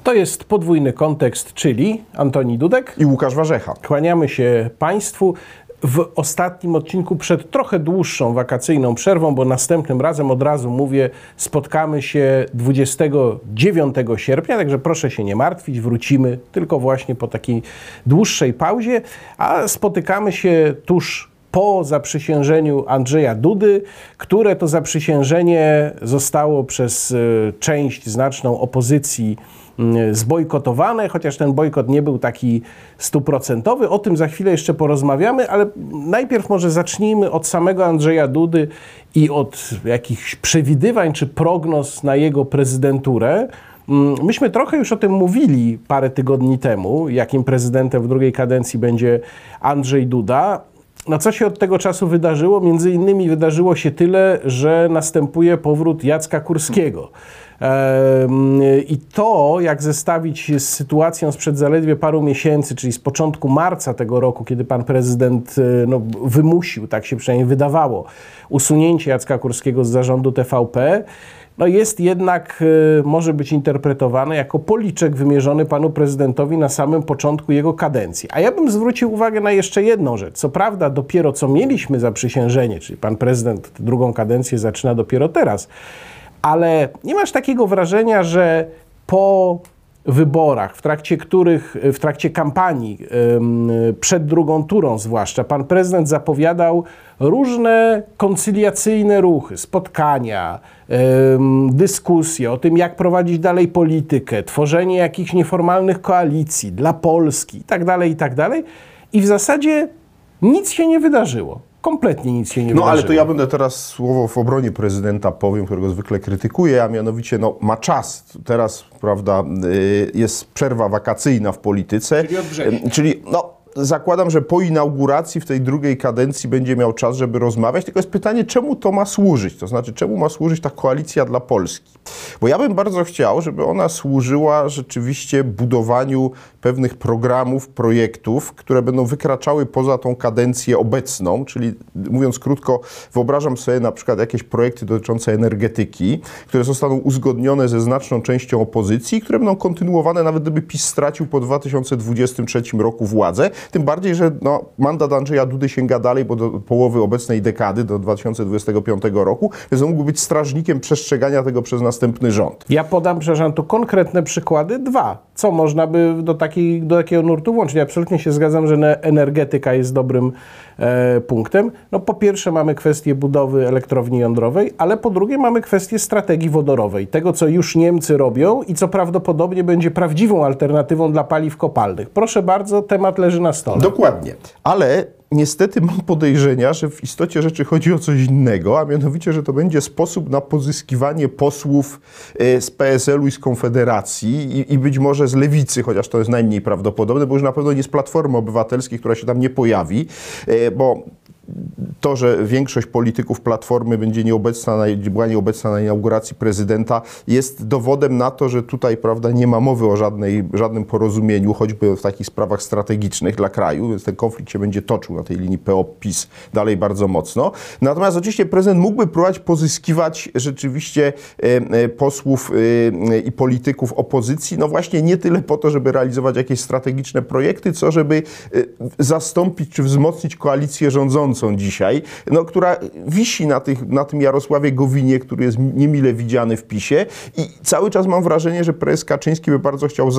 To jest podwójny kontekst, czyli Antoni Dudek i Łukasz Warzecha. Kłaniamy się Państwu w ostatnim odcinku przed trochę dłuższą wakacyjną przerwą, bo następnym razem, od razu mówię, spotkamy się 29 sierpnia, także proszę się nie martwić, wrócimy tylko właśnie po takiej dłuższej pauzie, a spotykamy się tuż po zaprzysiężeniu Andrzeja Dudy, które to zaprzysiężenie zostało przez część znaczną opozycji zbojkotowane, chociaż ten bojkot nie był taki 100%. O tym za chwilę jeszcze porozmawiamy, ale najpierw może zacznijmy od samego Andrzeja Dudy i od jakichś przewidywań czy prognoz na jego prezydenturę. Myśmy trochę już o tym mówili parę tygodni temu, jakim prezydentem w drugiej kadencji będzie Andrzej Duda. No co się od tego czasu wydarzyło? Między innymi wydarzyło się tyle, że następuje powrót Jacka Kurskiego. I to, jak zestawić z sytuacją sprzed zaledwie paru miesięcy, czyli z początku marca tego roku, kiedy pan prezydent wymusił, tak się przynajmniej wydawało, usunięcie Jacka Kurskiego z zarządu TVP, jest jednak, może być interpretowane jako policzek wymierzony panu prezydentowi na samym początku jego kadencji. A ja bym zwrócił uwagę na jeszcze jedną rzecz. Co prawda dopiero co mieliśmy zaprzysiężenie, czyli pan prezydent drugą kadencję zaczyna dopiero teraz, ale nie masz takiego wrażenia, że po wyborach, w trakcie kampanii, przed drugą turą zwłaszcza, pan prezydent zapowiadał różne koncyliacyjne ruchy, spotkania, dyskusje o tym, jak prowadzić dalej politykę, tworzenie jakichś nieformalnych koalicji dla Polski itd. I w zasadzie nic się nie wydarzyło. Kompletnie nic się nie wydarzyło. Ale to ja będę teraz słowo w obronie prezydenta powiem, którego zwykle krytykuję, a mianowicie ma czas. Teraz, prawda, jest przerwa wakacyjna w polityce. Czyli od września. Zakładam, że po inauguracji w tej drugiej kadencji będzie miał czas, żeby rozmawiać. Tylko jest pytanie, czemu to ma służyć? To znaczy, czemu ma służyć ta koalicja dla Polski? Bo ja bym bardzo chciał, żeby ona służyła rzeczywiście budowaniu pewnych programów, projektów, które będą wykraczały poza tą kadencję obecną, czyli mówiąc krótko, wyobrażam sobie na przykład jakieś projekty dotyczące energetyki, które zostaną uzgodnione ze znaczną częścią opozycji, które będą kontynuowane nawet gdyby PiS stracił po 2023 roku władzę. Tym bardziej, że mandat Andrzeja Dudy sięga dalej, bo do połowy obecnej dekady, do 2025 roku, więc on mógłby być strażnikiem przestrzegania tego przez następny rząd. Ja podam, przepraszam, tu konkretne przykłady, co można by do takiego nurtu włączyć. Ja absolutnie się zgadzam, że energetyka jest dobrym punktem. Po pierwsze mamy kwestię budowy elektrowni jądrowej, ale po drugie mamy kwestię strategii wodorowej. Tego, co już Niemcy robią i co prawdopodobnie będzie prawdziwą alternatywą dla paliw kopalnych. Proszę bardzo, temat leży na stole. Dokładnie. Ale niestety mam podejrzenia, że w istocie rzeczy chodzi o coś innego, a mianowicie, że to będzie sposób na pozyskiwanie posłów z PSL-u i z Konfederacji i być może z Lewicy, chociaż to jest najmniej prawdopodobne, bo już na pewno nie z Platformy Obywatelskiej, która się tam nie pojawi, bo to, że większość polityków Platformy była nieobecna na inauguracji prezydenta, jest dowodem na to, że tutaj, prawda, nie ma mowy o żadnym porozumieniu, choćby w takich sprawach strategicznych dla kraju, więc ten konflikt się będzie toczył na tej linii PO-PiS dalej bardzo mocno. Natomiast oczywiście prezydent mógłby próbować pozyskiwać rzeczywiście posłów i polityków opozycji, właśnie nie tyle po to, żeby realizować jakieś strategiczne projekty, co żeby zastąpić czy wzmocnić koalicję rządzącą dzisiaj, która wisi na tym Jarosławie Gowinie, który jest niemile widziany w PiS-ie i cały czas mam wrażenie, że prezes Kaczyński by bardzo chciał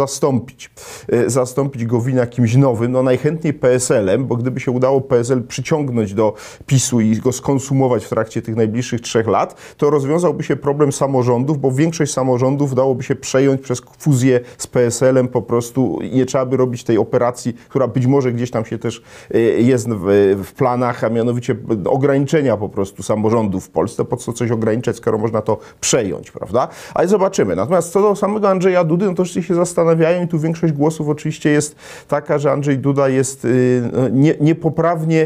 zastąpić Gowina kimś nowym, najchętniej PSL-em, bo gdyby się udało PSL przyciągnąć do PiS-u i go skonsumować w trakcie tych najbliższych 3 lat, to rozwiązałby się problem samorządów, bo większość samorządów dałoby się przejąć przez fuzję z PSL-em po prostu i nie trzeba by robić tej operacji, która być może gdzieś tam się też jest w planach, a mianowicie ograniczenia po prostu samorządów w Polsce. Po co coś ograniczać, skoro można to przejąć, prawda? Ale zobaczymy. Natomiast co do samego Andrzeja Dudy, to wszyscy się zastanawiają i tu większość głosów oczywiście jest taka, że Andrzej Duda jest niepoprawnie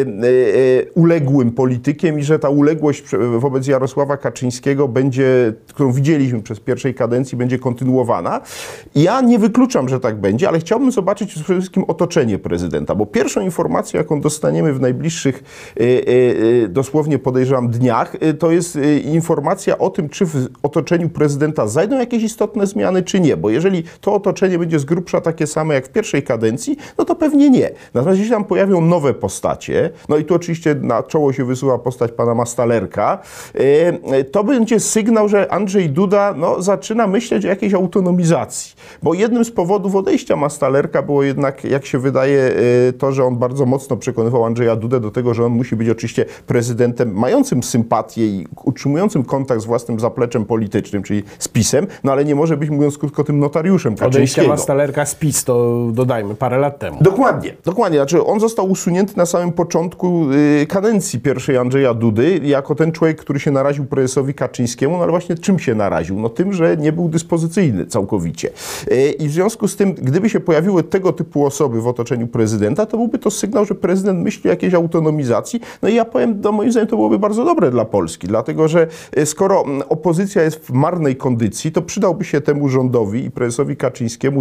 uległym politykiem i że ta uległość wobec Jarosława Kaczyńskiego którą widzieliśmy przez pierwszej kadencji, będzie kontynuowana. Ja nie wykluczam, że tak będzie, ale chciałbym zobaczyć przede wszystkim otoczenie prezydenta, bo pierwszą informacją, jaką dostaniemy w najbliższych najbliższych dosłownie podejrzewam dniach, to jest informacja o tym, czy w otoczeniu prezydenta zajdą jakieś istotne zmiany, czy nie. Bo jeżeli to otoczenie będzie z grubsza takie same jak w pierwszej kadencji, no to pewnie nie. Natomiast jeśli tam pojawią nowe postacie, no i tu oczywiście na czoło się wysuwa postać pana Mastalerka, to będzie sygnał, że Andrzej Duda zaczyna myśleć o jakiejś autonomizacji. Bo jednym z powodów odejścia Mastalerka było jednak, jak się wydaje, to, że on bardzo mocno przekonywał Andrzeja Dudę do tego, że on musi być oczywiście prezydentem mającym sympatię i utrzymującym kontakt z własnym zapleczem politycznym, czyli z PiS-em, no ale nie może być, mówiąc krótko, tym notariuszem Kaczyńskiego. Odejścia Mastalerka z PiS, to dodajmy, parę lat temu. Dokładnie. Znaczy on został usunięty na samym początku kadencji pierwszej Andrzeja Dudy jako ten człowiek, który się naraził prezesowi Kaczyńskiemu, no ale właśnie czym się naraził? No tym, że nie był dyspozycyjny całkowicie. I w związku z tym, gdyby się pojawiły tego typu osoby w otoczeniu prezydenta, to byłby to sygnał, że prezydent myśli o jakiejś autonomizacji. No i ja powiem, moim zdaniem to byłoby bardzo dobre dla Polski, dlatego że skoro opozycja jest w marnej kondycji, to przydałby się temu rządowi i prezesowi Kaczyńskiemu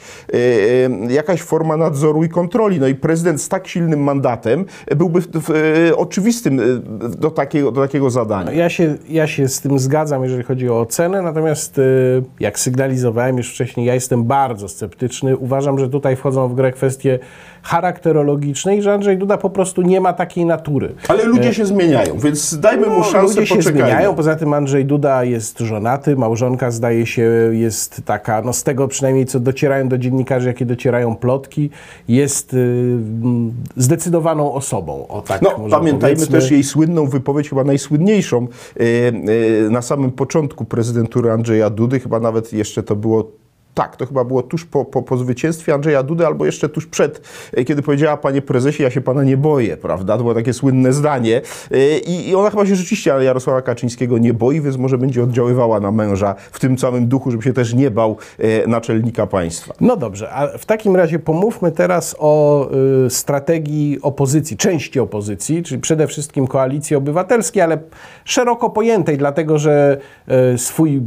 jakaś forma nadzoru i kontroli. No i prezydent z tak silnym mandatem byłby oczywistym do takiego zadania. Ja się z tym zgadzam, jeżeli chodzi o ocenę, natomiast jak sygnalizowałem już wcześniej, ja jestem bardzo sceptyczny. Uważam, że tutaj wchodzą w grę kwestie charakterologiczne i że Andrzej Duda po prostu nie ma takiej natury. Ale ludzie się zmieniają, więc dajmy mu szansę, ludzie się poczekajmy. zmieniają, poza tym Andrzej Duda jest żonaty, małżonka zdaje się jest taka, z tego przynajmniej co docierają do dziennikarzy, jakie docierają plotki, jest zdecydowaną osobą. O tak może pamiętajmy powiedzmy. też jej słynną wypowiedź, chyba najsłynniejszą na samym początku prezydentury Andrzeja Dudy, chyba nawet jeszcze to było to chyba było tuż po zwycięstwie Andrzeja Dudy, albo jeszcze tuż przed, kiedy powiedziała: panie prezesie, ja się pana nie boję, prawda? To było takie słynne zdanie. I ona chyba się rzeczywiście Jarosława Kaczyńskiego nie boi, więc może będzie oddziaływała na męża w tym samym duchu, żeby się też nie bał naczelnika państwa. No dobrze, a w takim razie pomówmy teraz o strategii opozycji, części opozycji, czyli przede wszystkim Koalicji Obywatelskiej, ale szeroko pojętej, dlatego że swój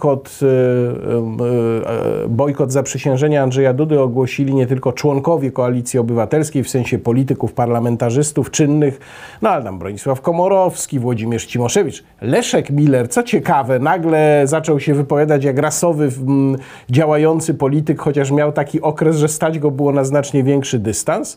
bojkot zaprzysiężenia Andrzeja Dudy ogłosili nie tylko członkowie Koalicji Obywatelskiej, w sensie polityków, parlamentarzystów czynnych, ale tam Bronisław Komorowski, Włodzimierz Cimoszewicz, Leszek Miller, co ciekawe, nagle zaczął się wypowiadać jak rasowy, działający polityk, chociaż miał taki okres, że stać go było na znacznie większy dystans.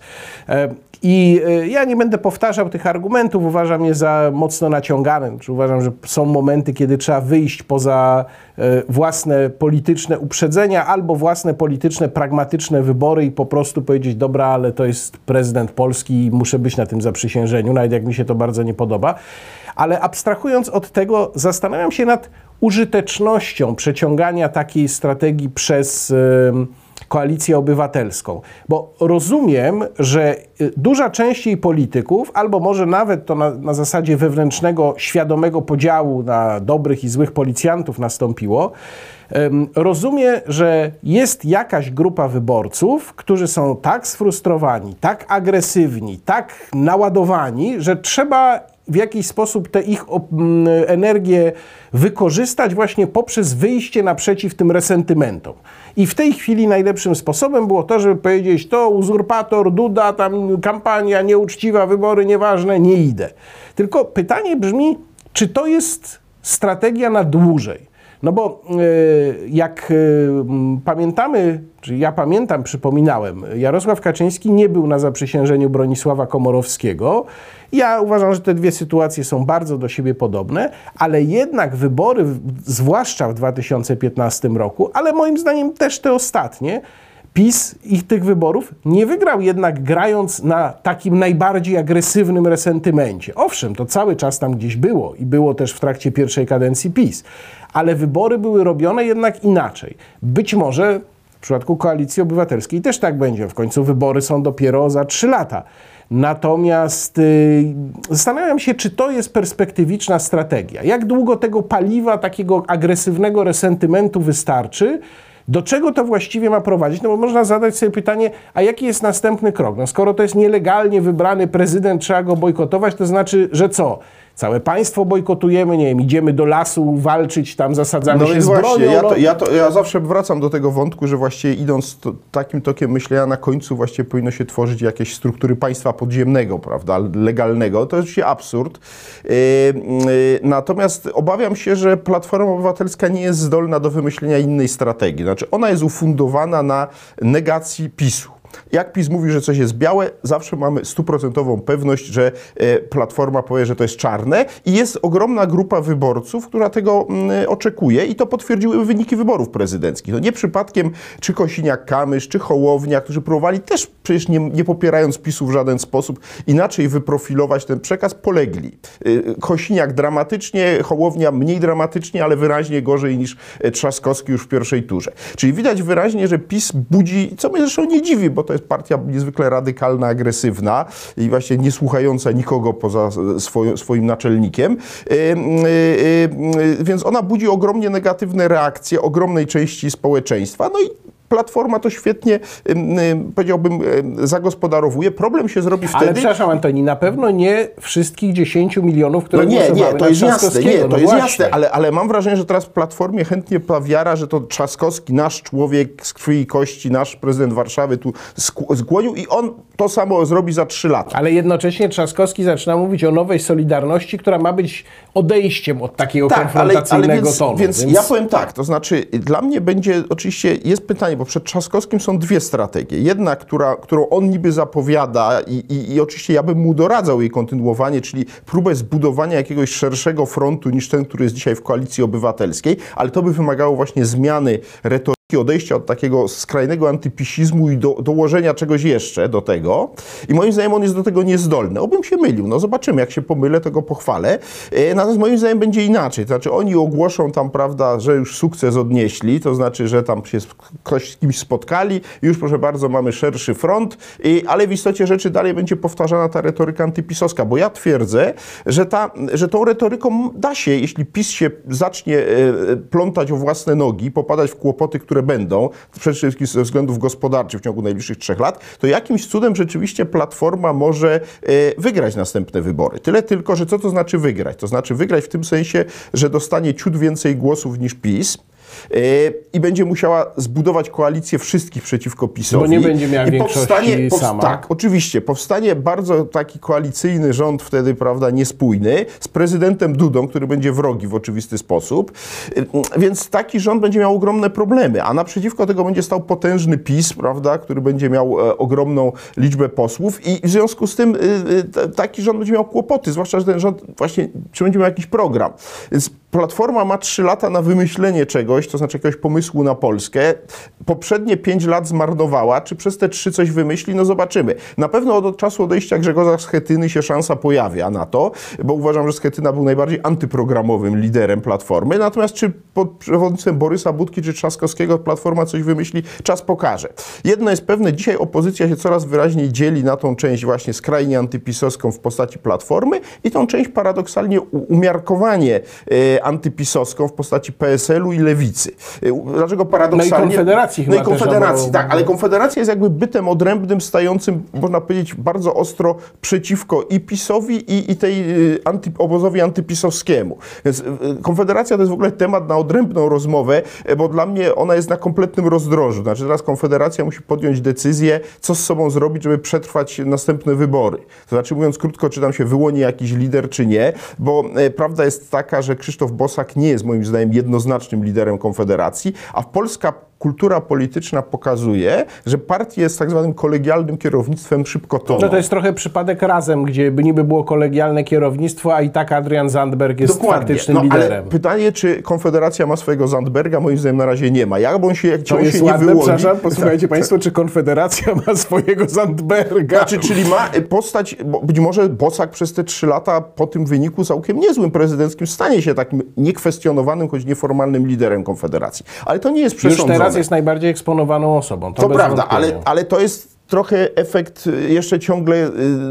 I ja nie będę powtarzał tych argumentów, uważam je za mocno naciągane. Uważam, że są momenty, kiedy trzeba wyjść poza własne polityczne uprzedzenia albo własne polityczne, pragmatyczne wybory i po prostu powiedzieć: dobra, ale to jest prezydent Polski i muszę być na tym zaprzysiężeniu, nawet jak mi się to bardzo nie podoba. Ale abstrahując od tego, zastanawiam się nad użytecznością przeciągania takiej strategii przez Koalicję Obywatelską, bo rozumiem, że duża część jej polityków, albo może nawet to na zasadzie wewnętrznego, świadomego podziału na dobrych i złych policjantów nastąpiło, rozumie, że jest jakaś grupa wyborców, którzy są tak sfrustrowani, tak agresywni, tak naładowani, że trzeba w jakiś sposób tę ich energię wykorzystać właśnie poprzez wyjście naprzeciw tym resentymentom. I w tej chwili najlepszym sposobem było to, żeby powiedzieć: to uzurpator, Duda, tam kampania nieuczciwa, wybory nieważne, nie idę. Tylko pytanie brzmi, czy to jest strategia na dłużej? No bo jak pamiętamy, czy ja pamiętam, przypominałem, Jarosław Kaczyński nie był na zaprzysiężeniu Bronisława Komorowskiego. Ja uważam, że te dwie sytuacje są bardzo do siebie podobne, ale jednak wybory, zwłaszcza w 2015 roku, ale moim zdaniem też te ostatnie, PiS ich tych wyborów nie wygrał jednak grając na takim najbardziej agresywnym resentymencie. Owszem, to cały czas tam gdzieś było i było też w trakcie pierwszej kadencji PiS, ale wybory były robione jednak inaczej. Być może w przypadku Koalicji Obywatelskiej też tak będzie. W końcu wybory są dopiero za 3 lata. Natomiast zastanawiam się, czy to jest perspektywiczna strategia. Jak długo tego paliwa, takiego agresywnego resentymentu wystarczy? Do czego to właściwie ma prowadzić? No bo można zadać sobie pytanie, a jaki jest następny krok? No skoro to jest nielegalnie wybrany prezydent, trzeba go bojkotować, to znaczy, że co? całe państwo bojkotujemy, nie wiem, idziemy do lasu walczyć, tam zasadzamy No się więc z właśnie, bronią. ja zawsze wracam do tego wątku, że właściwie idąc takim tokiem myślenia, na końcu właściwie powinno się tworzyć jakieś struktury państwa podziemnego, prawda, legalnego. To jest oczywiście absurd. Natomiast obawiam się, że Platforma Obywatelska nie jest zdolna do wymyślenia innej strategii. Znaczy ona jest ufundowana na negacji PiS-u. Jak PiS mówi, że coś jest białe, zawsze mamy 100% pewność, że Platforma powie, że to jest czarne i jest ogromna grupa wyborców, która tego oczekuje i to potwierdziły wyniki wyborów prezydenckich. No nie przypadkiem czy Kosiniak-Kamysz, czy Hołownia, którzy próbowali też przecież nie popierając PiS-u w żaden sposób inaczej wyprofilować ten przekaz, polegli. Kosiniak dramatycznie, Hołownia mniej dramatycznie, ale wyraźnie gorzej niż Trzaskowski już w pierwszej turze. Czyli widać wyraźnie, że PiS budzi, co mnie zresztą nie dziwi, bo to jest partia niezwykle radykalna, agresywna i właśnie nie słuchająca nikogo poza swoim naczelnikiem. Więc ona budzi ogromnie negatywne reakcje ogromnej części społeczeństwa. No i Platforma to świetnie, powiedziałbym, zagospodarowuje. Problem się zrobi wtedy... Ale przepraszam, Antoni, na pewno nie wszystkich 10 milionów, które głosowały to jest na jasne, Trzaskowskiego. to jest jasne, ale mam wrażenie, że teraz w Platformie chętnie wiara, że to Trzaskowski, nasz człowiek z krwi i kości, nasz prezydent Warszawy tu skłonił i on to samo zrobi za 3 lata. Ale jednocześnie Trzaskowski zaczyna mówić o nowej Solidarności, która ma być odejściem od takiego konfrontacyjnego tonu. Więc ja powiem tak, to znaczy dla mnie będzie, oczywiście jest pytanie, bo przed Trzaskowskim są dwie strategie. Jedna, którą on niby zapowiada i oczywiście ja bym mu doradzał jej kontynuowanie, czyli próbę zbudowania jakiegoś szerszego frontu niż ten, który jest dzisiaj w Koalicji Obywatelskiej, ale to by wymagało właśnie zmiany retoryki, odejścia od takiego skrajnego antypisizmu i dołożenia czegoś jeszcze do tego. I moim zdaniem on jest do tego niezdolny. Obym się mylił. No zobaczymy, jak się pomylę, to go pochwalę. Natomiast moim zdaniem będzie inaczej. To znaczy oni ogłoszą tam, prawda, że już sukces odnieśli, to znaczy, że tam się ktoś z kimś spotkali i już, proszę bardzo, mamy szerszy front, ale w istocie rzeczy dalej będzie powtarzana ta retoryka antypisowska, bo ja twierdzę, że tą retoryką da się, jeśli PiS się zacznie plątać o własne nogi, popadać w kłopoty, które będą, przede wszystkim ze względów gospodarczych w ciągu najbliższych 3 lat, to jakimś cudem rzeczywiście Platforma może wygrać następne wybory. Tyle tylko, że co to znaczy wygrać? To znaczy wygrać w tym sensie, że dostanie ciut więcej głosów niż PiS, i będzie musiała zbudować koalicję wszystkich przeciwko PiS-owi. Bo nie będzie miała większości sama. Tak, oczywiście. Powstanie bardzo taki koalicyjny rząd wtedy, prawda, niespójny, z prezydentem Dudą, który będzie wrogi w oczywisty sposób. Więc taki rząd będzie miał ogromne problemy, a naprzeciwko tego będzie stał potężny PiS, prawda, który będzie miał ogromną liczbę posłów i w związku z tym taki rząd będzie miał kłopoty, zwłaszcza, że ten rząd właśnie, czy będzie miał jakiś program. Więc Platforma ma 3 lata na wymyślenie czegoś, to znaczy jakiegoś pomysłu na Polskę. Poprzednie 5 lat zmarnowała. Czy przez te 3 coś wymyśli? No zobaczymy. Na pewno od czasu odejścia Grzegorza Schetyny się szansa pojawia na to, bo uważam, że Schetyna był najbardziej antyprogramowym liderem Platformy. Natomiast czy pod przewodnictwem Borysa Budki czy Trzaskowskiego Platforma coś wymyśli? Czas pokaże. Jedno jest pewne, dzisiaj opozycja się coraz wyraźniej dzieli na tą część właśnie skrajnie antypisowską w postaci Platformy i tą część paradoksalnie umiarkowanie antypisowską w postaci PSL-u i Lewicy. Dlaczego paradoksalnie? No i Konfederacji chyba. No i Konfederacji, tak, ale Konfederacja jest jakby bytem odrębnym stającym, można powiedzieć, bardzo ostro przeciwko i PiS-owi i tej obozowi antypisowskiemu. Więc Konfederacja to jest w ogóle temat na odrębną rozmowę, bo dla mnie ona jest na kompletnym rozdrożu. Znaczy teraz Konfederacja musi podjąć decyzję, co z sobą zrobić, żeby przetrwać następne wybory. To znaczy, mówiąc krótko, czy tam się wyłoni jakiś lider, czy nie, bo prawda jest taka, że Krzysztof Bosak nie jest moim zdaniem jednoznacznym liderem Konfederacji, a polska kultura polityczna pokazuje, że partia jest tak zwanym kolegialnym kierownictwem szybko toną. No to jest trochę przypadek Razem, gdzie by niby było kolegialne kierownictwo, a i tak Adrian Zandberg jest faktycznym liderem. Ale pytanie, czy Konfederacja ma swojego Zandberga, moim zdaniem na razie nie ma. Jak on się, jak to jest się ładne, nie wyłoni... Przepraszam, posłuchajcie Państwo, czy Konfederacja ma swojego Zandberga? Znaczy, czyli ma postać, być może Bosak przez te 3 lata po tym wyniku całkiem niezłym prezydenckim stanie się takim niekwestionowanym, choć nieformalnym liderem Konfederacji. Ale to nie jest przesądzone. Już teraz jest najbardziej eksponowaną osobą. To prawda, ale to jest trochę efekt jeszcze ciągle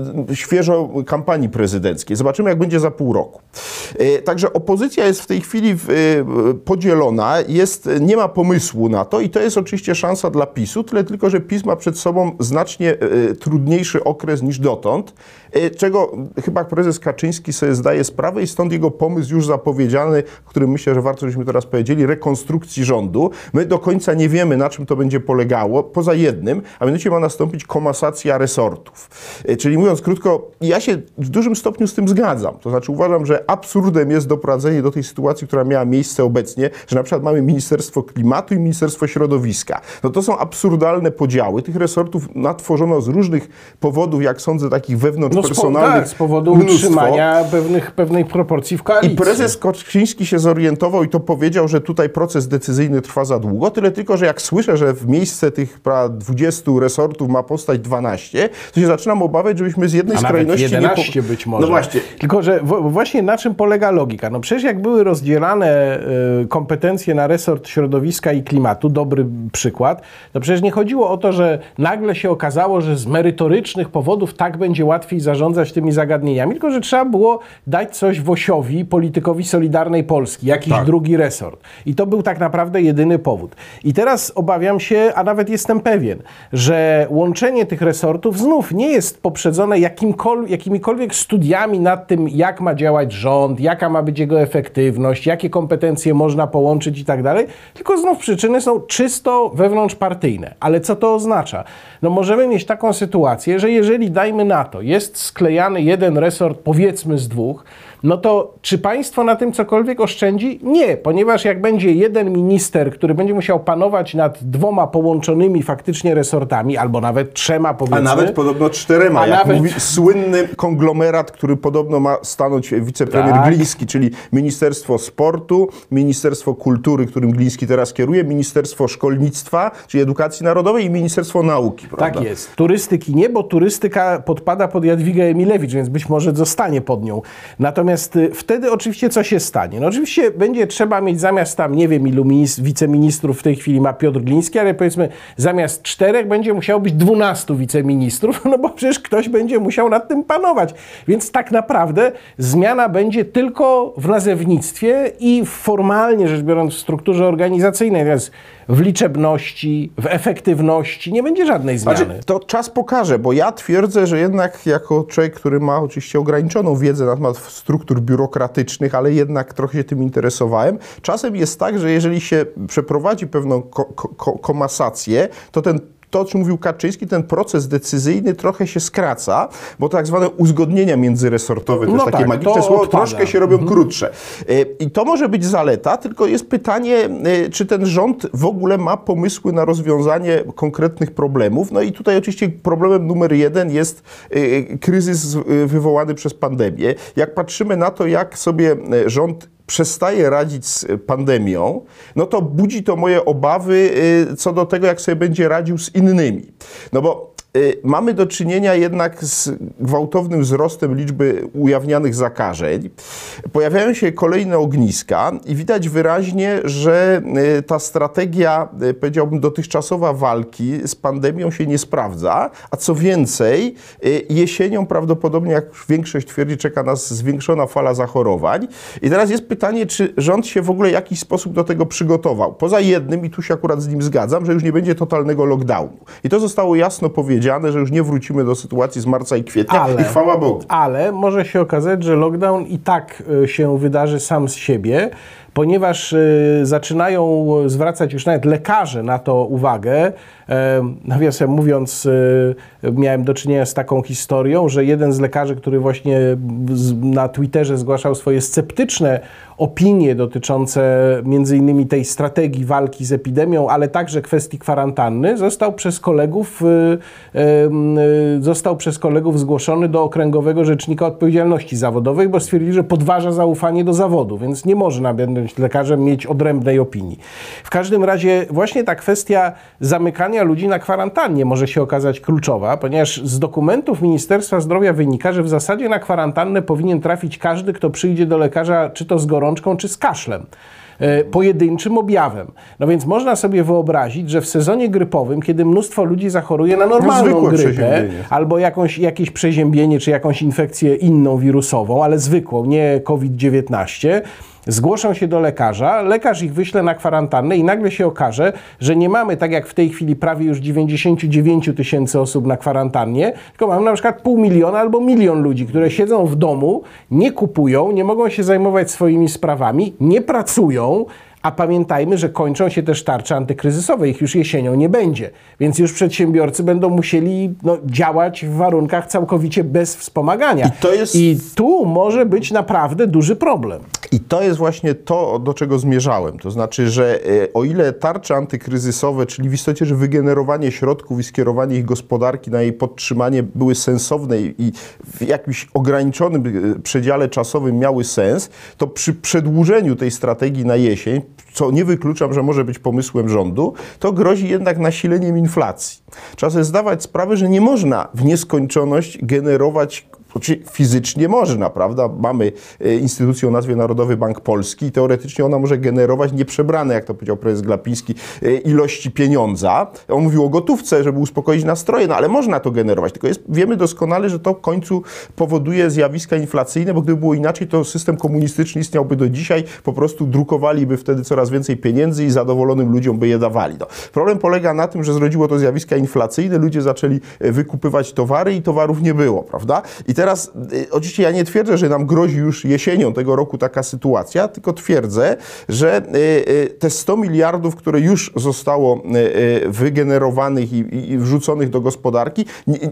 świeżo kampanii prezydenckiej. Zobaczymy, jak będzie za pół roku. Także opozycja jest w tej chwili podzielona, nie ma pomysłu na to i to jest oczywiście szansa dla PiS-u, tyle tylko, że PiS ma przed sobą znacznie trudniejszy okres niż dotąd, czego chyba prezes Kaczyński sobie zdaje sprawę i stąd jego pomysł już zapowiedziany, o którym myślę, że warto, żebyśmy teraz powiedzieli, rekonstrukcji rządu. My do końca nie wiemy, na czym to będzie polegało, poza jednym, a mianowicie ma nastąpić komasacja resortów. Czyli mówiąc krótko, ja się w dużym stopniu z tym zgadzam. To znaczy uważam, że absurdem jest doprowadzenie do tej sytuacji, która miała miejsce obecnie, że na przykład mamy Ministerstwo Klimatu i Ministerstwo Środowiska. No to są absurdalne podziały. Tych resortów natworzono z różnych powodów, jak sądzę, takich wewnątrzpersonalnych. Z powodu utrzymania pewnej proporcji w koalicji. I prezes Kaczyński się zorientował i to powiedział, że tutaj proces decyzyjny trwa za długo. Tyle tylko, że jak słyszę, że w miejsce tych 20 resortów ma powstać 12, to się zaczynam obawiać, żebyśmy z jednej skrajności 11 być może. No właśnie. Tylko, że właśnie na czym polega logika? No przecież jak były rozdzielane kompetencje na resort środowiska i klimatu, dobry przykład, to przecież nie chodziło o to, że nagle się okazało, że z merytorycznych powodów tak będzie łatwiej zarządzać tymi zagadnieniami, tylko że trzeba było dać coś Wosiowi, politykowi Solidarnej Polski, jakiś drugi resort. I to był tak naprawdę jedyny powód. I teraz obawiam się, a nawet jestem pewien, że łączenie tych resortów znów nie jest poprzedzone jakimikolwiek studiami nad tym, jak ma działać rząd, jaka ma być jego efektywność, jakie kompetencje można połączyć i tak dalej, tylko znów przyczyny są czysto wewnątrzpartyjne. Ale co to oznacza? No możemy mieć taką sytuację, że jeżeli, dajmy na to, jest sklejany jeden resort, powiedzmy z dwóch, no to czy państwo na tym cokolwiek oszczędzi? Nie, ponieważ jak będzie jeden minister, który będzie musiał panować nad dwoma połączonymi faktycznie resortami, albo nawet trzema, powiedzmy. A nawet podobno 4, jak mówi słynny konglomerat, który podobno ma stanąć wicepremier Gliński, czyli Ministerstwo Sportu, Ministerstwo Kultury, którym Gliński teraz kieruje, Ministerstwo Szkolnictwa, czyli Edukacji Narodowej i Ministerstwo Nauki. Prawda? Tak jest. Turystyki nie, bo turystyka podpada pod Jadwigę Emilewicz, więc być może zostanie pod nią. Natomiast wtedy oczywiście co się stanie? No oczywiście będzie trzeba mieć zamiast tam, nie wiem ilu wiceministrów w tej chwili ma Piotr Gliński, ale powiedzmy zamiast 4 będzie musiało być 12 wiceministrów, no bo przecież ktoś będzie musiał nad tym panować. Więc tak naprawdę zmiana będzie tylko w nazewnictwie i formalnie rzecz biorąc w strukturze organizacyjnej, więc w liczebności, w efektywności nie będzie żadnej zmiany. Znaczy, to czas pokaże, bo ja twierdzę, że jednak jako człowiek, który ma oczywiście ograniczoną wiedzę na temat struktur biurokratycznych, ale jednak trochę się tym interesowałem, czasem jest tak, że jeżeli się przeprowadzi pewną komasację, to to, o czym mówił Kaczyński, ten proces decyzyjny trochę się skraca, bo tak zwane uzgodnienia międzyresortowe, to jest takie magiczne słowo, troszkę się robią krótsze. I to może być zaleta, tylko jest pytanie, czy ten rząd w ogóle ma pomysły na rozwiązanie konkretnych problemów. No i tutaj oczywiście problemem numer 1 jest kryzys wywołany przez pandemię. Jak patrzymy na to, jak sobie rząd przestaje radzić z pandemią, no to budzi to moje obawy co do tego, jak sobie będzie radził z innymi. No bo mamy do czynienia jednak z gwałtownym wzrostem liczby ujawnianych zakażeń. Pojawiają się kolejne ogniska i widać wyraźnie, że ta strategia, powiedziałbym, dotychczasowa walki z pandemią się nie sprawdza, a co więcej, jesienią prawdopodobnie, jak większość twierdzi, czeka nas zwiększona fala zachorowań. I teraz jest pytanie, czy rząd się w ogóle w jakiś sposób do tego przygotował. Poza jednym, i tu się akurat z nim zgadzam, że już nie będzie totalnego lockdownu. I to zostało jasno powiedziane, że już nie wrócimy do sytuacji z marca i kwietnia i chwała Bogu. Ale może się okazać, że lockdown i tak się wydarzy sam z siebie, ponieważ zaczynają zwracać już nawet lekarze na to uwagę. Nawiasem mówiąc, miałem do czynienia z taką historią, że jeden z lekarzy, który właśnie na Twitterze zgłaszał swoje sceptyczne opinie dotyczące między innymi tej strategii walki z epidemią, ale także kwestii kwarantanny, został przez kolegów zgłoszony do Okręgowego Rzecznika Odpowiedzialności Zawodowej, bo stwierdzili, że podważa zaufanie do zawodu, więc nie można będąc lekarzem mieć odrębnej opinii. W każdym razie właśnie ta kwestia zamykania ludzi na kwarantannie może się okazać kluczowa, ponieważ z dokumentów Ministerstwa Zdrowia wynika, że w zasadzie na kwarantannę powinien trafić każdy, kto przyjdzie do lekarza, czy to z gorączką, czy z kaszlem. Pojedynczym objawem. No więc można sobie wyobrazić, że w sezonie grypowym, kiedy mnóstwo ludzi zachoruje na normalną grypę, albo jakieś przeziębienie, czy jakąś infekcję inną wirusową, ale zwykłą, nie COVID-19, zgłoszą się do lekarza, lekarz ich wyśle na kwarantannę i nagle się okaże, że nie mamy, tak jak w tej chwili, prawie już 99 000 osób na kwarantannie, tylko mamy na przykład 500 000 albo 1 000 000 ludzi, które siedzą w domu, nie kupują, nie mogą się zajmować swoimi sprawami, nie pracują, a pamiętajmy, że kończą się też tarcze antykryzysowe, ich już jesienią nie będzie, więc już przedsiębiorcy będą musieli działać w warunkach całkowicie bez wspomagania. I tu może być naprawdę duży problem. I to jest właśnie to, do czego zmierzałem. To znaczy, że o ile tarcze antykryzysowe, czyli w istocie, że wygenerowanie środków i skierowanie ich gospodarki na jej podtrzymanie były sensowne i w jakimś ograniczonym przedziale czasowym miały sens, to przy przedłużeniu tej strategii na jesień, co nie wykluczam, że może być pomysłem rządu, to grozi jednak nasileniem inflacji. Trzeba sobie zdawać sprawę, że nie można w nieskończoność generować, fizycznie można, prawda? Mamy instytucję o nazwie Narodowy Bank Polski i teoretycznie ona może generować nieprzebrane, jak to powiedział prezes Glapiński, ilości pieniądza. On mówił o gotówce, żeby uspokoić nastroje, ale można to generować. Tylko wiemy doskonale, że to w końcu powoduje zjawiska inflacyjne, bo gdyby było inaczej, to system komunistyczny istniałby do dzisiaj, po prostu drukowaliby wtedy coraz więcej pieniędzy i zadowolonym ludziom by je dawali. Problem polega na tym, że zrodziło to zjawiska inflacyjne, ludzie zaczęli wykupywać towary i towarów nie było, prawda? I teraz, oczywiście ja nie twierdzę, że nam grozi już jesienią tego roku taka sytuacja, tylko twierdzę, że te 100 miliardów, które już zostało wygenerowanych i wrzuconych do gospodarki,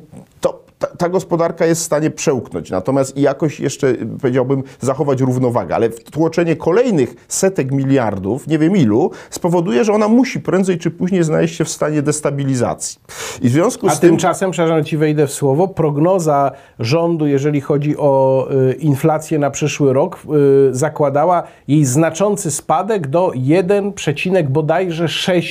ta gospodarka jest w stanie przełknąć, natomiast i jakoś jeszcze, powiedziałbym, zachować równowagę, ale wtłoczenie kolejnych setek miliardów, nie wiem ilu, spowoduje, że ona musi prędzej czy później znaleźć się w stanie destabilizacji. I w związku z tym... Tymczasem, przepraszam, ci wejdę w słowo, prognoza rządu, jeżeli chodzi o inflację na przyszły rok, zakładała jej znaczący spadek do 1, bodajże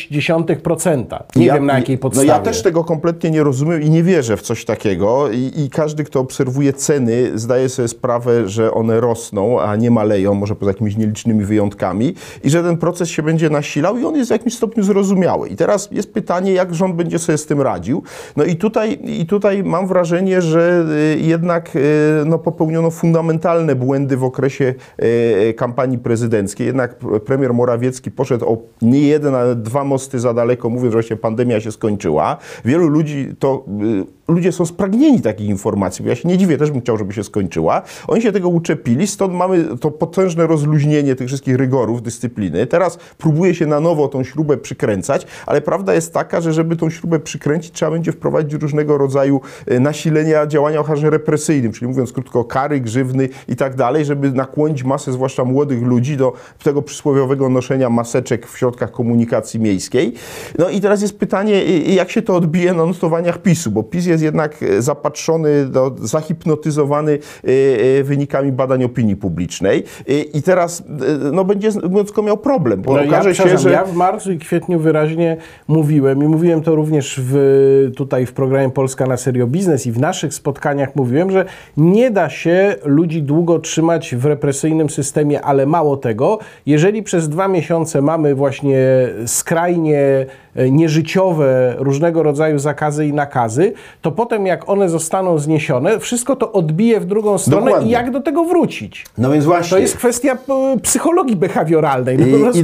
0,6%. Nie wiem na jakiej podstawie. Ja też tego kompletnie nie rozumiem i nie wierzę w coś takiego. I każdy, kto obserwuje ceny, zdaje sobie sprawę, że one rosną, a nie maleją, może poza jakimiś nielicznymi wyjątkami, i że ten proces się będzie nasilał i on jest w jakimś stopniu zrozumiały. I teraz jest pytanie, jak rząd będzie sobie z tym radził. No i tutaj mam wrażenie, że jednak popełniono fundamentalne błędy w okresie kampanii prezydenckiej. Jednak premier Morawiecki poszedł o nie jeden, ale 2 mosty za daleko, mówiąc, że właśnie pandemia się skończyła. Wielu ludzi ludzie są spragnieni takich informacji, bo ja się nie dziwię, też bym chciał, żeby się skończyła. Oni się tego uczepili, stąd mamy to potężne rozluźnienie tych wszystkich rygorów dyscypliny. Teraz próbuje się na nowo tą śrubę przykręcać, ale prawda jest taka, że żeby tą śrubę przykręcić, trzeba będzie wprowadzić różnego rodzaju nasilenia działania o charakterze represyjnym, czyli mówiąc krótko, kary, grzywny i tak dalej, żeby nakłonić masę, zwłaszcza młodych ludzi, do tego przysłowiowego noszenia maseczek w środkach komunikacji miejskiej. No i teraz jest pytanie, jak się to odbije na notowaniach PiS-u, bo PiS jest jednak zapatrzony, zahipnotyzowany wynikami badań opinii publicznej i teraz będzie, mówiąc krótko, miał problem, bo okaże się, że... Ja w marcu i kwietniu wyraźnie mówiłem i mówiłem to również tutaj w programie Polska na Serio Biznes i w naszych spotkaniach mówiłem, że nie da się ludzi długo trzymać w represyjnym systemie, ale mało tego, jeżeli przez 2 miesiące mamy właśnie skrajnie nieżyciowe różnego rodzaju zakazy i nakazy, to potem jak one zostaną zniesione, wszystko to odbije w drugą stronę. Dokładnie. I jak do tego wrócić? No więc właśnie. To jest kwestia psychologii behawioralnej.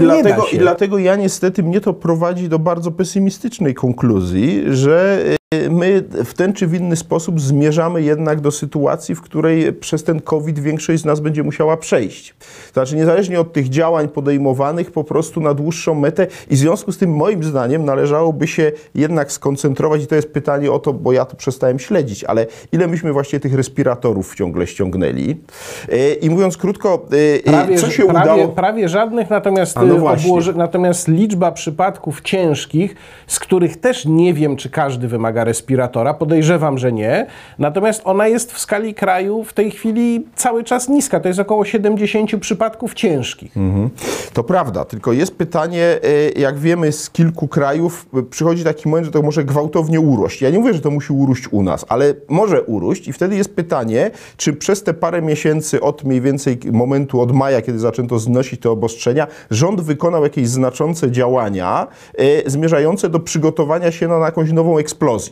I dlatego ja niestety mnie to prowadzi do bardzo pesymistycznej konkluzji, że my w ten czy w inny sposób zmierzamy jednak do sytuacji, w której przez ten COVID większość z nas będzie musiała przejść. To znaczy niezależnie od tych działań podejmowanych po prostu na dłuższą metę i w związku z tym moim zdaniem należałoby się jednak skoncentrować i to jest pytanie o to, bo ja to przestałem śledzić, ale ile myśmy właśnie tych respiratorów ciągle ściągnęli i mówiąc krótko, co się udało? Prawie żadnych, natomiast liczba przypadków ciężkich, z których też nie wiem, czy każdy wymaga respiratora, podejrzewam, że nie, natomiast ona jest w skali kraju w tej chwili cały czas niska, to jest około 70 przypadków ciężkich. To prawda, tylko jest pytanie, jak wiemy z kilku krajów przychodzi taki moment, że to może gwałtownie urość. Ja nie mówię, że to musi urość u nas, ale może urość i wtedy jest pytanie, czy przez te parę miesięcy od mniej więcej momentu od maja, kiedy zaczęto znosić te obostrzenia, rząd wykonał jakieś znaczące działania zmierzające do przygotowania się na jakąś nową eksplozję.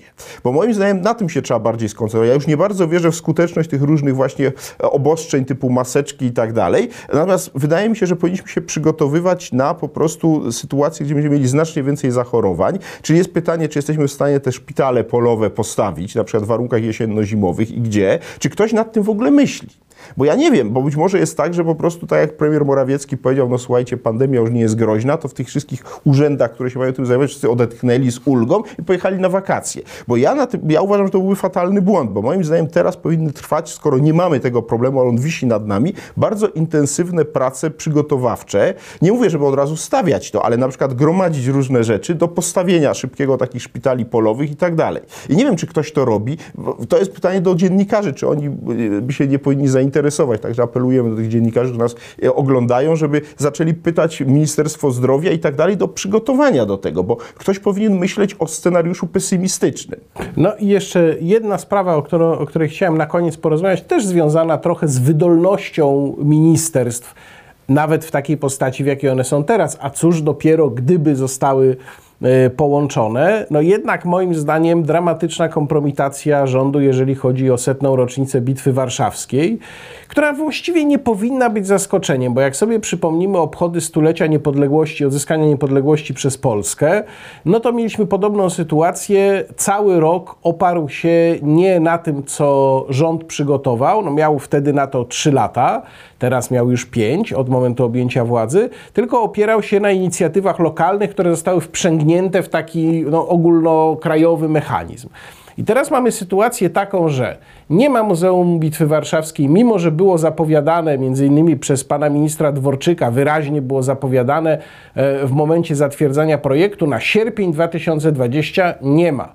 Bo moim zdaniem na tym się trzeba bardziej skoncentrować. Ja już nie bardzo wierzę w skuteczność tych różnych właśnie obostrzeń typu maseczki i tak dalej. Natomiast wydaje mi się, że powinniśmy się przygotowywać na po prostu sytuację, gdzie będziemy mieli znacznie więcej zachorowań. Czyli jest pytanie, czy jesteśmy w stanie te szpitale polowe postawić, na przykład w warunkach jesienno-zimowych i gdzie? Czy ktoś nad tym w ogóle myśli? Bo ja nie wiem, bo być może jest tak, że po prostu tak jak premier Morawiecki powiedział, no słuchajcie, pandemia już nie jest groźna, to w tych wszystkich urzędach, które się mają tym zajmować, wszyscy odetchnęli z ulgą i pojechali na wakacje. Bo ja uważam, że to byłby fatalny błąd, bo moim zdaniem teraz powinny trwać, skoro nie mamy tego problemu, ale on wisi nad nami, bardzo intensywne prace przygotowawcze. Nie mówię, żeby od razu stawiać to, ale na przykład gromadzić różne rzeczy do postawienia szybkiego takich szpitali polowych i tak dalej. I nie wiem, czy ktoś to robi. To jest pytanie do dziennikarzy, czy oni by się nie powinni zainteresować. Także apelujemy do tych dziennikarzy, którzy nas oglądają, żeby zaczęli pytać Ministerstwo Zdrowia i tak dalej do przygotowania do tego, bo ktoś powinien myśleć o scenariuszu pesymistycznym. No i jeszcze jedna sprawa, o której chciałem na koniec porozmawiać, też związana trochę z wydolnością ministerstw, nawet w takiej postaci, w jakiej one są teraz, a cóż dopiero gdyby zostały połączone. No jednak moim zdaniem dramatyczna kompromitacja rządu, jeżeli chodzi o 100. rocznicę Bitwy Warszawskiej, która właściwie nie powinna być zaskoczeniem, bo jak sobie przypomnimy obchody stulecia niepodległości, odzyskania niepodległości przez Polskę, no to mieliśmy podobną sytuację. Cały rok oparł się nie na tym, co rząd przygotował, no miał wtedy na to 3 lata, teraz miał już 5 od momentu objęcia władzy, tylko opierał się na inicjatywach lokalnych, które zostały wprzęgnięte w taki ogólnokrajowy mechanizm. I teraz mamy sytuację taką, że nie ma Muzeum Bitwy Warszawskiej, mimo że było zapowiadane, między innymi przez pana ministra Dworczyka, wyraźnie było zapowiadane w momencie zatwierdzania projektu, na sierpień 2020 nie ma.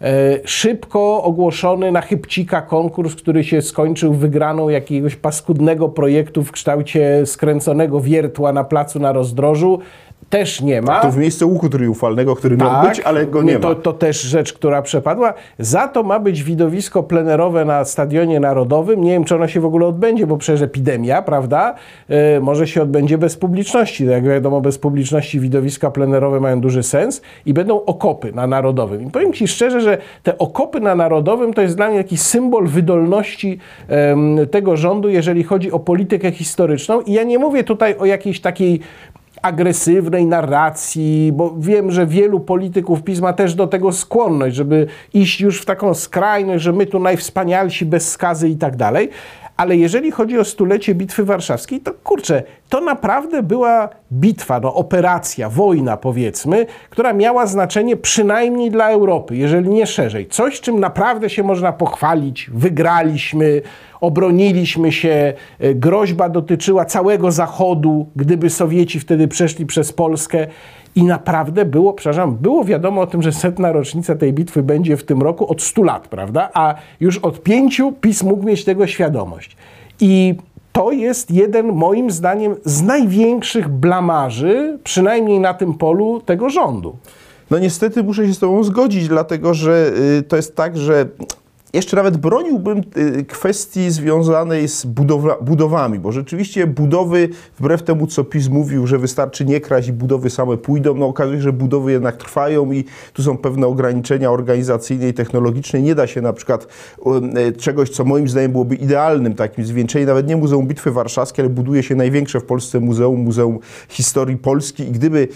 Szybko ogłoszony na chybcika konkurs, który się skończył wygraną jakiegoś paskudnego projektu w kształcie skręconego wiertła na placu na Rozdrożu. Też nie ma. To w miejsce łuku triumfalnego, który miał być, ale go nie ma. To też rzecz, która przepadła. Za to ma być widowisko plenerowe na Stadionie Narodowym. Nie wiem, czy ono się w ogóle odbędzie, bo przecież epidemia, prawda? Może się odbędzie bez publiczności. Jak wiadomo, bez publiczności widowiska plenerowe mają duży sens i będą okopy na Narodowym. I powiem ci szczerze, że te okopy na Narodowym to jest dla mnie jakiś symbol wydolności tego rządu, jeżeli chodzi o politykę historyczną. I ja nie mówię tutaj o jakiejś takiej agresywnej narracji, bo wiem, że wielu polityków PiS ma też do tego skłonność, żeby iść już w taką skrajność, że my tu najwspanialsi, bez skazy i tak dalej. Ale jeżeli chodzi o stulecie Bitwy Warszawskiej, to kurczę, to naprawdę była bitwa, operacja, wojna powiedzmy, która miała znaczenie przynajmniej dla Europy, jeżeli nie szerzej. Coś, czym naprawdę się można pochwalić. Wygraliśmy, obroniliśmy się, groźba dotyczyła całego Zachodu, gdyby Sowieci wtedy przeszli przez Polskę. I naprawdę było wiadomo o tym, że 100. rocznica tej bitwy będzie w tym roku od 100 lat, prawda? A już od 5 PiS mógł mieć tego świadomość. I to jest jeden, moim zdaniem, z największych blamaży, przynajmniej na tym polu, tego rządu. No niestety muszę się z tobą zgodzić, dlatego że to jest tak, że jeszcze nawet broniłbym kwestii związanej z budowami, bo rzeczywiście budowy, wbrew temu co PiS mówił, że wystarczy nie kraść i budowy same pójdą, no okazuje się, że budowy jednak trwają i tu są pewne ograniczenia organizacyjne i technologiczne. Nie da się na przykład czegoś, co moim zdaniem byłoby idealnym takim zwieńczeniem, nawet nie Muzeum Bitwy Warszawskiej, ale buduje się największe w Polsce Muzeum Historii Polski i gdyby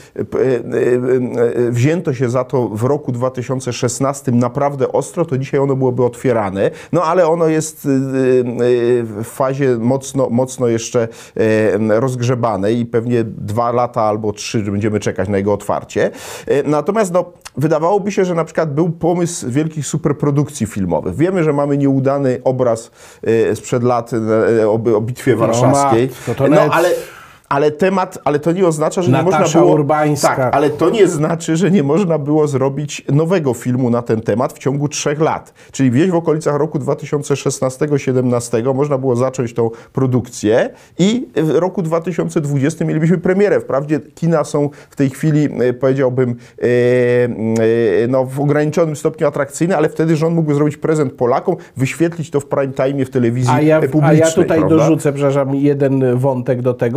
wzięto się za to w roku 2016 naprawdę ostro, to dzisiaj ono byłoby otwierane. No ale ono jest w fazie mocno jeszcze rozgrzebanej i pewnie 2 lata albo 3 będziemy czekać na jego otwarcie. Natomiast wydawałoby się, że na przykład był pomysł wielkich superprodukcji filmowych. Wiemy, że mamy nieudany obraz sprzed lat o Bitwie Warszawskiej. Ale to nie oznacza, że Natasza nie można było... Urbańska. Tak, ale to nie znaczy, że nie można było zrobić nowego filmu na ten temat w ciągu 3 lat. Czyli gdzieś w okolicach roku 2016-2017 można było zacząć tą produkcję i w roku 2020 mielibyśmy premierę. Wprawdzie kina są w tej chwili, powiedziałbym, w ograniczonym stopniu atrakcyjne, ale wtedy rząd mógłby zrobić prezent Polakom, wyświetlić to w prime time w telewizji publicznej. A ja tutaj prawda? dorzucę, przepraszam, jeden wątek do tego.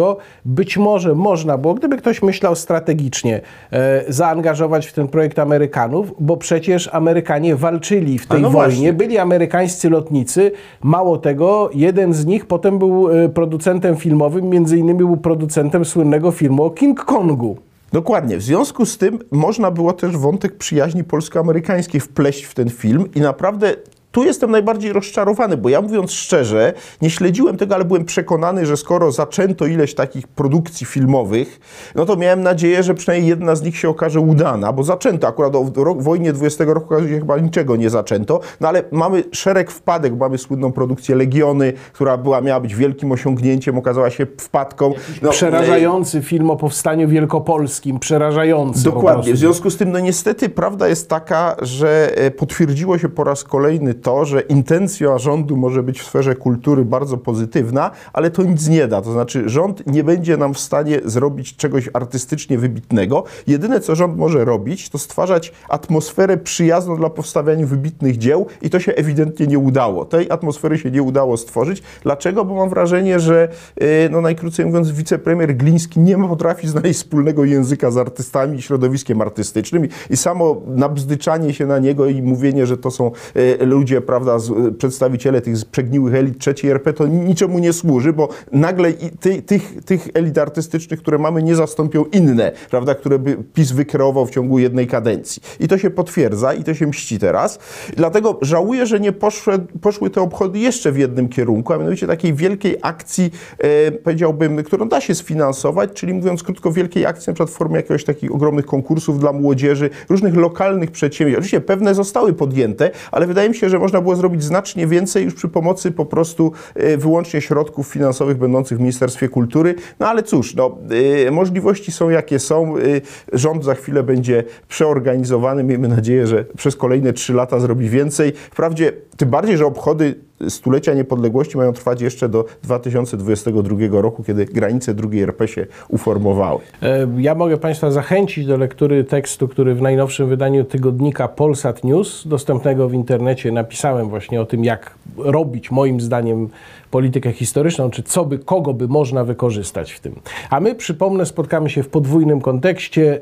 być może można było, gdyby ktoś myślał strategicznie, zaangażować w ten projekt Amerykanów, bo przecież Amerykanie walczyli w tej wojnie. Właśnie. Byli amerykańscy lotnicy. Mało tego, jeden z nich potem był producentem filmowym, między innymi był producentem słynnego filmu o King Kongu. Dokładnie. W związku z tym można było też wątek przyjaźni polsko-amerykańskiej wpleść w ten film i naprawdę tu jestem najbardziej rozczarowany, bo ja mówiąc szczerze, nie śledziłem tego, ale byłem przekonany, że skoro zaczęto ileś takich produkcji filmowych, no to miałem nadzieję, że przynajmniej jedna z nich się okaże udana, bo zaczęto. Akurat o wojnie 20 roku okazuje się chyba niczego nie zaczęto, no ale mamy szereg wpadek, mamy słynną produkcję Legiony, która miała być wielkim osiągnięciem, okazała się wpadką. No, przerażający film o powstaniu wielkopolskim, przerażający. Dokładnie. W związku z tym, no niestety prawda jest taka, że potwierdziło się po raz kolejny to, że intencja rządu może być w sferze kultury bardzo pozytywna, ale to nic nie da. To znaczy rząd nie będzie nam w stanie zrobić czegoś artystycznie wybitnego. Jedyne, co rząd może robić, to stwarzać atmosferę przyjazną dla powstawiania wybitnych dzieł i to się ewidentnie nie udało. Tej atmosfery się nie udało stworzyć. Dlaczego? Bo mam wrażenie, że no najkrócej mówiąc wicepremier Gliński nie potrafi znaleźć wspólnego języka z artystami i środowiskiem artystycznym i samo nabzdyczanie się na niego i mówienie, że to są ludzie, prawda, przedstawiciele tych przegniłych elit trzeciej RP, to niczemu nie służy, bo nagle tych elit artystycznych, które mamy, nie zastąpią inne, prawda, które by PiS wykreował w ciągu jednej kadencji. I to się potwierdza i to się mści teraz. Dlatego żałuję, że nie poszły te obchody jeszcze w jednym kierunku, a mianowicie takiej wielkiej akcji, powiedziałbym, którą da się sfinansować, czyli mówiąc krótko, wielkiej akcji na przykład w formie jakiegoś takich ogromnych konkursów dla młodzieży, różnych lokalnych przedsięwzięć. Oczywiście pewne zostały podjęte, ale wydaje mi się, że można było zrobić znacznie więcej już przy pomocy po prostu wyłącznie środków finansowych będących w Ministerstwie Kultury. No ale cóż, no, możliwości są jakie są. Rząd za chwilę będzie przeorganizowany. Miejmy nadzieję, że przez kolejne 3 lata zrobi więcej. Wprawdzie tym bardziej, że obchody stulecia niepodległości mają trwać jeszcze do 2022 roku, kiedy granice II RP się uformowały. Ja mogę Państwa zachęcić do lektury tekstu, który w najnowszym wydaniu tygodnika Polsat News, dostępnego w internecie, napisałem właśnie o tym, jak robić, moim zdaniem, politykę historyczną, czy kogo by można wykorzystać w tym. A my, przypomnę, spotkamy się w podwójnym kontekście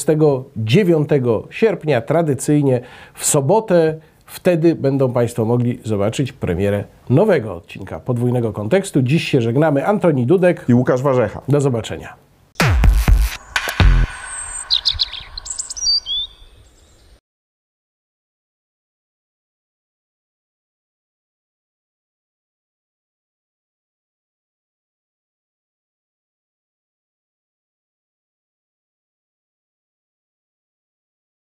29 sierpnia, tradycyjnie w sobotę. Wtedy będą Państwo mogli zobaczyć premierę nowego odcinka podwójnego kontekstu. Dziś się żegnamy. Antoni Dudek i Łukasz Warzecha. Do zobaczenia.